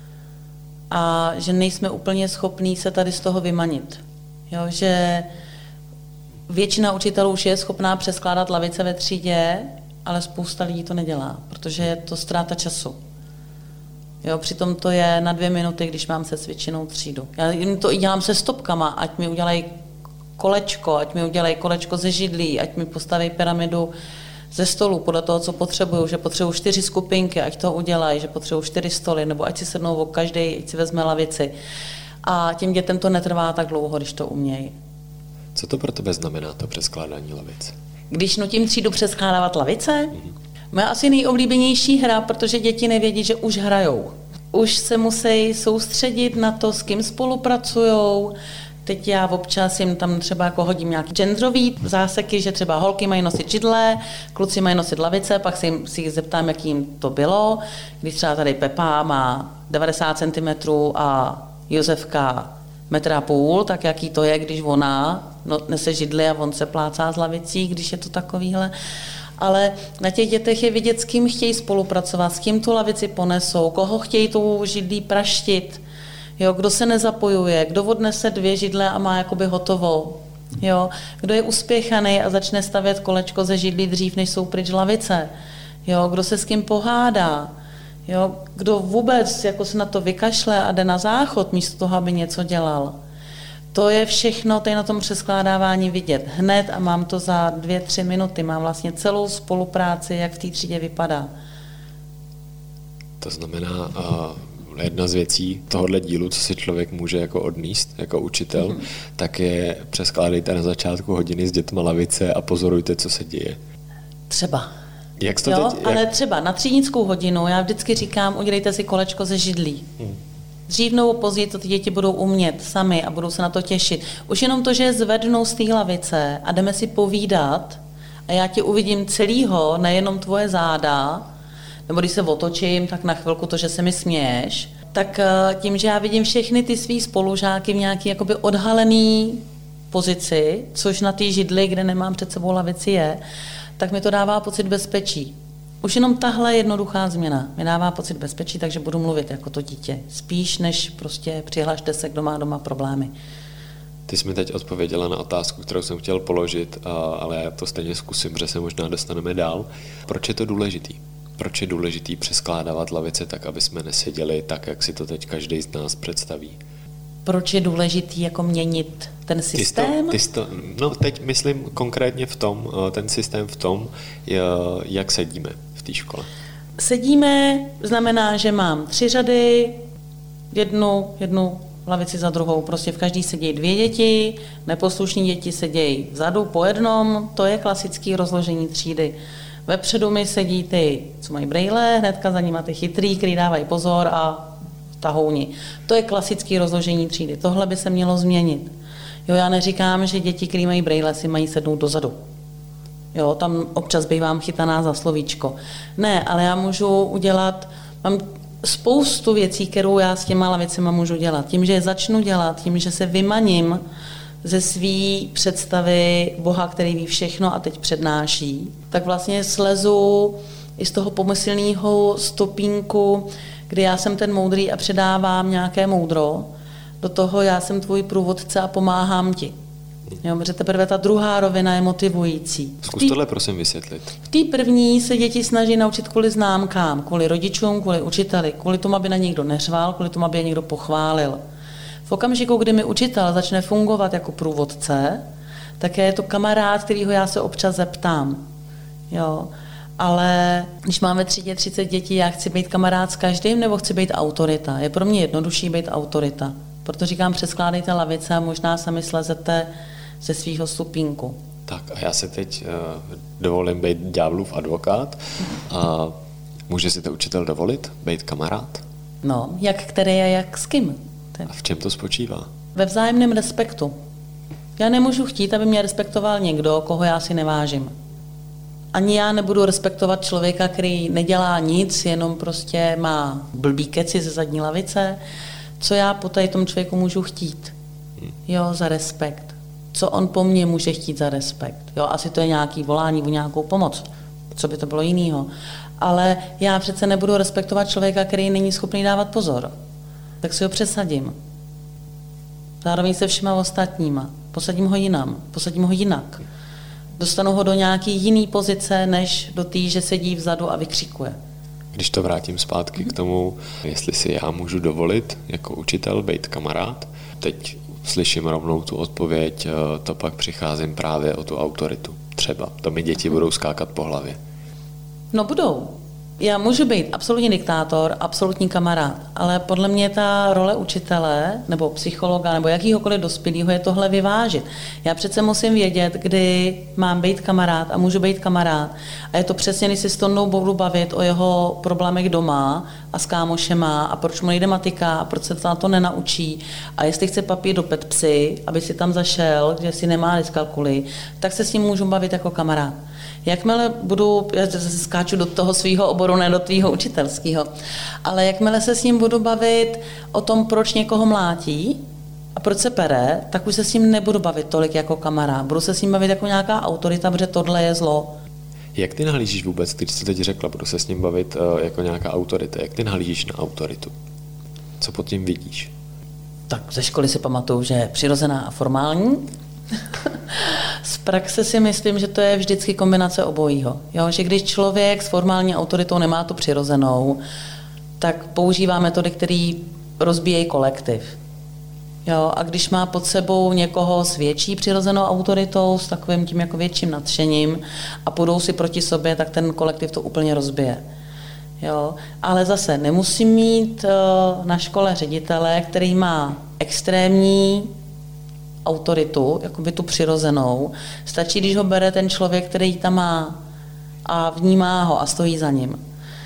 A že nejsme úplně schopní se tady z toho vymanit. Jo, že většina učitelů už je schopná přeskládat lavice ve třídě, ale spousta lidí to nedělá, protože je to ztráta času. Jo, přitom to je na dvě minuty, když mám se cvičenou třídu. Já jim to i dělám se stopkama, ať mi udělají kolečko, ať mi udělají kolečko ze židlí, ať mi postaví pyramidu ze stolu podle toho, co potřebuju, že potřebuju čtyři skupinky, ať to udělají, že potřebuju čtyři stoly, nebo ať si sednou o každý, ať si vezme lavici. A těm dětem to netrvá tak dlouho, když to umějí. Co to pro tebe znamená, to přeskládání lavic? Když nutím třídu přeskládávat lavice, mm-hmm. Moje asi nejoblíbenější hra, protože děti nevědí, že už hrajou. Už se musí soustředit na to, s kým spolupracujou, Teď já občas jim tam třeba jako hodím nějaký genderový záseky, že třeba holky mají nosit židle, kluci mají nosit lavice, pak si, jim, si jich zeptám, jak jim to bylo. Když třeba tady Pepa má devadesát centimetrů a Josefka metr a půl, tak jaký to je, když ona no, nese židli a on se plácá z lavicí, když je to takovýhle. Ale na těch dětech je vidět, s kým chtějí spolupracovat, s kým tu lavici ponesou, koho chtějí tou židlí praštit, jo, kdo se nezapojuje, kdo odnese dvě židle a má jakoby hotovou, jo, kdo je uspěchaný a začne stavět kolečko ze židlí dřív, než jsou pryč lavice, jo, kdo se s kým pohádá, jo, kdo vůbec jako se na to vykašle a jde na záchod místo toho, aby něco dělal. To je všechno tady na tom přeskládávání vidět hned a mám to za dvě, tři minuty. Mám vlastně celou spolupráci, jak v té třídě vypadá. To znamená, uh, jedna z věcí tohohle dílu, co si člověk může jako odníst jako učitel, mm-hmm. tak je přeskládejte na začátku hodiny s dětma lavice a pozorujte, co se děje. Třeba. Jak to jo, teď, jak... ale třeba na třídnickou hodinu já vždycky říkám, udělejte si kolečko ze židlí. Mm. Dřív nebo později to ty děti budou umět sami a budou se na to těšit. Už jenom to, že je zvednou z té lavice a jdeme si povídat a já tě uvidím celýho, nejenom tvoje záda, nebo když se otočím, tak na chvilku to, že se mi směješ, tak tím, že já vidím všechny ty svý spolužáky v nějaký jakoby odhalený pozici, což na té židli, kde nemám před sebou lavici je, tak mi to dává pocit bezpečí. Už jenom tahle jednoduchá změna mi dává pocit bezpečí, takže budu mluvit jako to dítě. Spíš, než prostě přihlašte se, kdo má doma problémy. Ty jsi mi teď odpověděla na otázku, kterou jsem chtěl položit, ale já to stejně zkusím, že se možná dostaneme dál. Proč je to důležitý? Proč je důležitý přeskládávat lavice tak, aby jsme neseděli tak, jak si to teď každý z nás představí? Proč je důležitý jako měnit ten systém? Ty jsi to, ty jsi to, no teď myslím konkrétně v tom, ten systém v tom, jak sedíme v té škole. Sedíme znamená, že mám tři řady, jednu, jednu lavici za druhou. Prostě v každý sedějí dvě děti, neposlušní děti sedějí vzadu po jednom, to je klasické rozložení třídy. Vepředu mi sedí ty, co mají brejle, hnedka za nima ty chytrý, který dávají pozor a tahouni. To je klasické rozložení třídy. Tohle by se mělo změnit. Jo, já neříkám, že děti, které mají brejle, si mají sednout dozadu. Jo, tam občas bývám chytaná za slovíčko. Ne, ale já můžu udělat, mám spoustu věcí, kterou já s těma lavicema můžu dělat. Tím, že je začnu dělat, tím, že se vymaním ze své představy Boha, který ví všechno a teď přednáší, tak vlastně slezu i z toho pomyslného stupínku, kdy já jsem ten moudrý a předávám nějaké moudro, do toho já jsem tvůj průvodce a pomáhám ti. Jo, protože teprve ta druhá rovina je motivující. Zkus tohle prosím vysvětlit. V té první se děti snaží naučit kvůli známkám, kvůli rodičům, kvůli učiteli, kvůli tomu, aby na někdo neřval, kvůli tomu, aby je někdo pochválil. V okamžiku, kdy mi učitel začne fungovat jako průvodce, tak je to kamarád, kterýho já se občas zeptám. Jo. Ale když máme třídě třicet dětí, já chci být kamarád s každým nebo chci být autorita. Je pro mě jednodušší být autorita. Proto říkám, přeskládejte lavice a možná sami slezete ze svýho stupínku. Tak a já se teď uh, dovolím být ďáblův advokát. A může si to učitel dovolit, být kamarád? No, jak který a jak s kým. A v čem to spočívá? Ve vzájemném respektu. Já nemůžu chtít, aby mě respektoval někdo, koho já si nevážím. Ani já nebudu respektovat člověka, který nedělá nic, jenom prostě má blbý keci ze zadní lavice. Co já po tady tom člověku můžu chtít? Jo, za respekt. Co on po mně může chtít za respekt? Jo, asi to je nějaký volání o nějakou pomoc. Co by to bylo jinýho? Ale já přece nebudu respektovat člověka, který není schopný dávat pozor. Tak si ho přesadím. Zároveň se všema ostatníma. Posadím ho jinam. Posadím ho jinak. Dostanu ho do nějaký jiný pozice, než do té, že sedí vzadu a vykřikuje. Když to vrátím zpátky k tomu, jestli si já můžu dovolit jako učitel být kamarád, teď slyším rovnou tu odpověď, to pak přicházím právě o tu autoritu. Třeba. To mi děti budou skákat po hlavě. No budou. Já můžu být absolutní diktátor, absolutní kamarád, ale podle mě ta role učitele nebo psychologa nebo jakýhokoliv dospělého je tohle vyvážit. Já přece musím vědět, kdy mám být kamarád a můžu být kamarád. A je to přesně, když si s Tondou budu bavit o jeho problémech doma a s kámošema a proč mu nejde matika a proč se to na to nenaučí a jestli chce papír do petpsy, aby si tam zašel, že si nemá dyskalkuly, tak se s ním můžu bavit jako kamarád. Jakmile budu, já se skáču do toho svého oboru, ne do tvýho učitelského, ale jakmile se s ním budu bavit o tom, proč někoho mlátí a proč se pere, tak už se s ním nebudu bavit tolik jako kamarád. Budu se s ním bavit jako nějaká autorita, protože tohle je zlo. Jak ty nahlížíš vůbec, když jsi teď řekla, budu se s ním bavit uh, jako nějaká autorita, jak ty nahlížíš na autoritu? Co pod tím vidíš? Tak ze školy si pamatuju, že je přirozená a formální. Z praxe si myslím, že to je vždycky kombinace obojího. Jo? Že když člověk s formální autoritou nemá tu přirozenou, tak používá metody, které rozbíjejí kolektiv. Jo? A když má pod sebou někoho s větší přirozenou autoritou, s takovým tím jako větším nadšením a půjdou si proti sobě, tak ten kolektiv to úplně rozbije. Jo? Ale zase nemusí mít uh, na škole ředitele, který má extrémní autoritu, jakoby tu přirozenou. Stačí, když ho bere ten člověk, který tam má a vnímá ho a stojí za ním.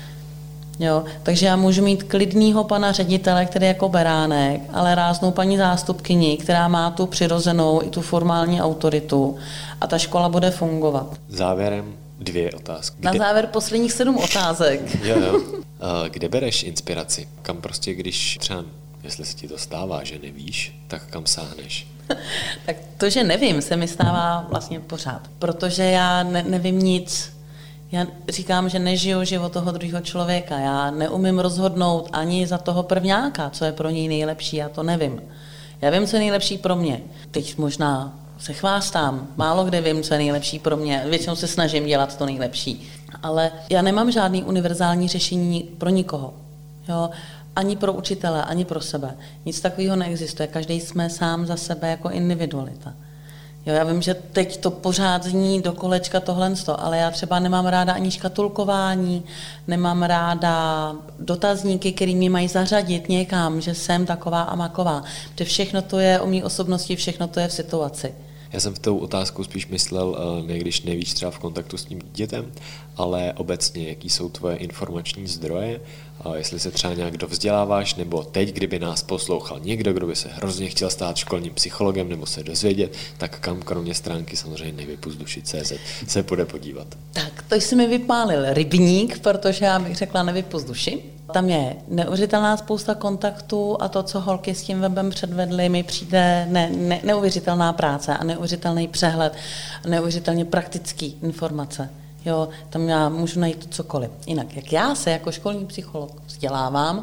Jo? Takže já můžu mít klidnýho pana ředitele, který je jako beránek, ale ráznou paní zástupkyni, která má tu přirozenou i tu formální autoritu a ta škola bude fungovat. Závěrem dvě otázky. Kde... Na závěr posledních sedm otázek. Jo, jo. Kde bereš inspiraci? Kam prostě, když třeba, jestli se ti to stává, že nevíš, tak kam sáhneš? Tak to, že nevím, se mi stává vlastně pořád, protože já ne, nevím nic. Já říkám, že nežiju život toho druhého člověka. Já neumím rozhodnout ani za toho prvňáka, co je pro něj nejlepší, já to nevím. Já vím, co je nejlepší pro mě. Teď možná se chvástám, málo kde vím, co je nejlepší pro mě. Většinou se snažím dělat to nejlepší. Ale já nemám žádný univerzální řešení pro nikoho. Jo? Ani pro učitele, ani pro sebe. Nic takového neexistuje. Každý jsme sám za sebe jako individualita. Jo, já vím, že teď to pořád zní do kolečka tohle, ale já třeba nemám ráda ani škatulkování, nemám ráda dotazníky, který mě mají zařadit někam, že jsem taková a maková. Protože všechno to je o mý osobnosti, všechno to je v situaci. Já jsem v tou otázku spíš myslel, ne když nevíš třeba v kontaktu s tím dítětem, ale obecně, jaký jsou tvoje informační zdroje, jestli se třeba nějak dovzděláváš, nebo teď, kdyby nás poslouchal někdo, kdo by se hrozně chtěl stát školním psychologem nebo se dozvědět, tak kam kromě stránky samozřejmě nevypuzduši tečka cé zet se půjde podívat. Tak, to jsi mi vypálil rybník, protože já bych řekla nevypuzduši. Tam je neuvěřitelná spousta kontaktů a to, co holky s tím webem předvedly, mi přijde ne, ne, neuvěřitelná práce a neuvěřitelný přehled, neuvěřitelně praktický informace. Jo, tam já můžu najít cokoliv. Jinak, jak já se jako školní psycholog vzdělávám,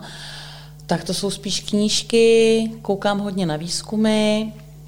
tak to jsou spíš knížky, koukám hodně na výzkumy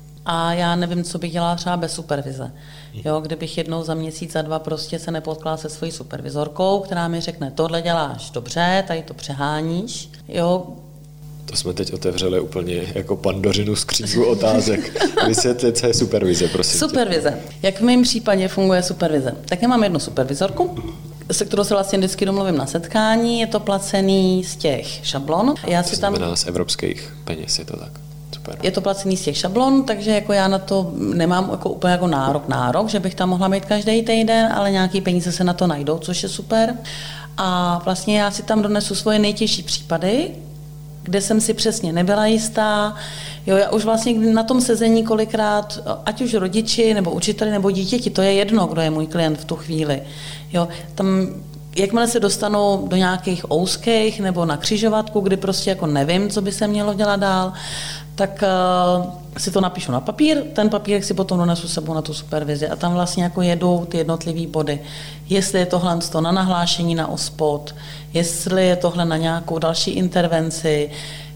a já nevím, co bych dělala třeba bez supervize. Jo, kdybych jednou za měsíc, za dva prostě se nepotkala se svojí supervizorkou, která mi řekne, tohle děláš dobře, tady to přeháníš. Jo. To jsme teď otevřeli úplně jako Pandořinu skříňku otázek. Vysvětlit, co je supervize, prosím. Supervize. Tě. Jak v mém případě funguje supervize? Tak já mám jednu supervizorku, se kterou se vlastně vždycky domluvím na setkání, je to placený z těch šablon. Já to si znamená tam... z evropských peněz, je to tak? Super. Je to placený z těch šablon, takže jako já na to nemám jako úplně jako nárok, nárok, že bych tam mohla mít každý týden, ale nějaký peníze se na to najdou, což je super. A vlastně já si tam donesu svoje nejtěžší případy, kde jsem si přesně nebyla jistá. Jo, já už vlastně na tom sezení kolikrát, ať už rodiči, nebo učiteli, nebo dítěti, to je jedno, kdo je můj klient v tu chvíli. Jo, tam, jakmile se dostanou do nějakých ouských nebo na křižovatku, kdy prostě jako nevím, co by se mělo dělat dál, tak uh, si to napíšu na papír, ten papírek si potom donesu sebou na tu supervizi a tam vlastně jako jedou ty jednotlivý body. Jestli je tohle na nahlášení na ospod, jestli je tohle na nějakou další intervenci,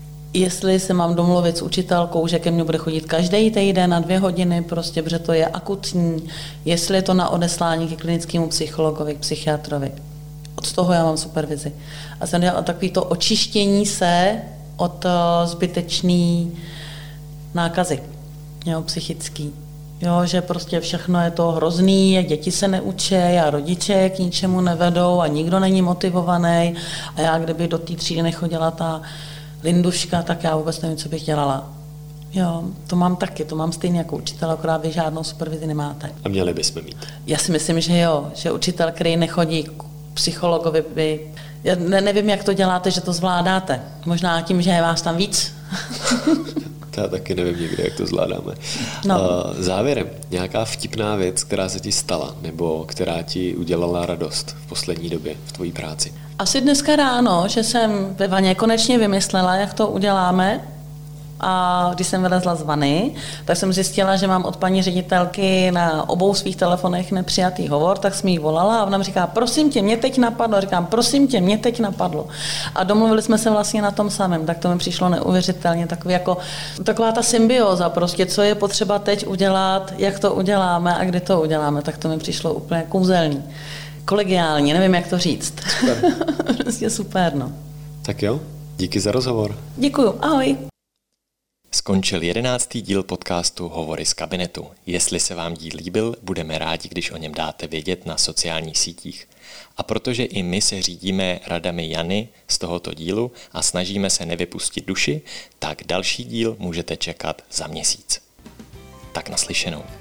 jestli se mám domluvit s učitelkou, že ke mně bude chodit každý týden na dvě hodiny, prostě, protože to je akutní, jestli je to na odeslání ke klinickému psychologovi, k psychiatrovi. Od toho já mám supervizi. A jsem dělala takový to očištění se od zbytečný nákazy, jo, psychický. Jo, že prostě všechno je to hrozný, děti se neučí a rodiče k ničemu nevedou a nikdo není motivovaný. A já, kdyby do té třídy nechodila ta Linduška, tak já vůbec nevím, co bych dělala. Jo, to mám taky, to mám stejně jako učitel, akorát vy žádnou supervizi nemáte. A měli bychom mít. Já si myslím, že jo, že učitel, který nechodí k psychologovi, by... Já ne, nevím, jak to děláte, že to zvládáte. Možná tím, že je vás tam víc. Já taky nevím někde, jak to zvládáme. No. Závěrem, nějaká vtipná věc, která se ti stala, nebo která ti udělala radost v poslední době v tvojí práci? Asi dneska ráno, že jsem ve vaně konečně vymyslela, jak to uděláme. A když jsem vylezla z vany, tak jsem zjistila, že mám od paní ředitelky na obou svých telefonech nepřijatý hovor, tak jsem jí volala a ona mi říká, prosím tě, mě teď napadlo. Říkám, prosím tě, mě teď napadlo. A domluvili jsme se vlastně na tom samém, tak to mi přišlo neuvěřitelně, takový jako, taková ta symbioza prostě, co je potřeba teď udělat, jak to uděláme a kdy to uděláme, tak to mi přišlo úplně kouzelný. Kolegiální, nevím, jak to říct. Super. Prostě super, no. Tak jo, díky za rozhovor. Děkuju, ahoj. Skončil jedenáctý díl podcastu Hovory z kabinetu. Jestli se vám díl líbil, budeme rádi, když o něm dáte vědět na sociálních sítích. A protože i my se řídíme radami Jany z tohoto dílu a snažíme se nevypustit duši, tak další díl můžete čekat za měsíc. Tak naslyšenou.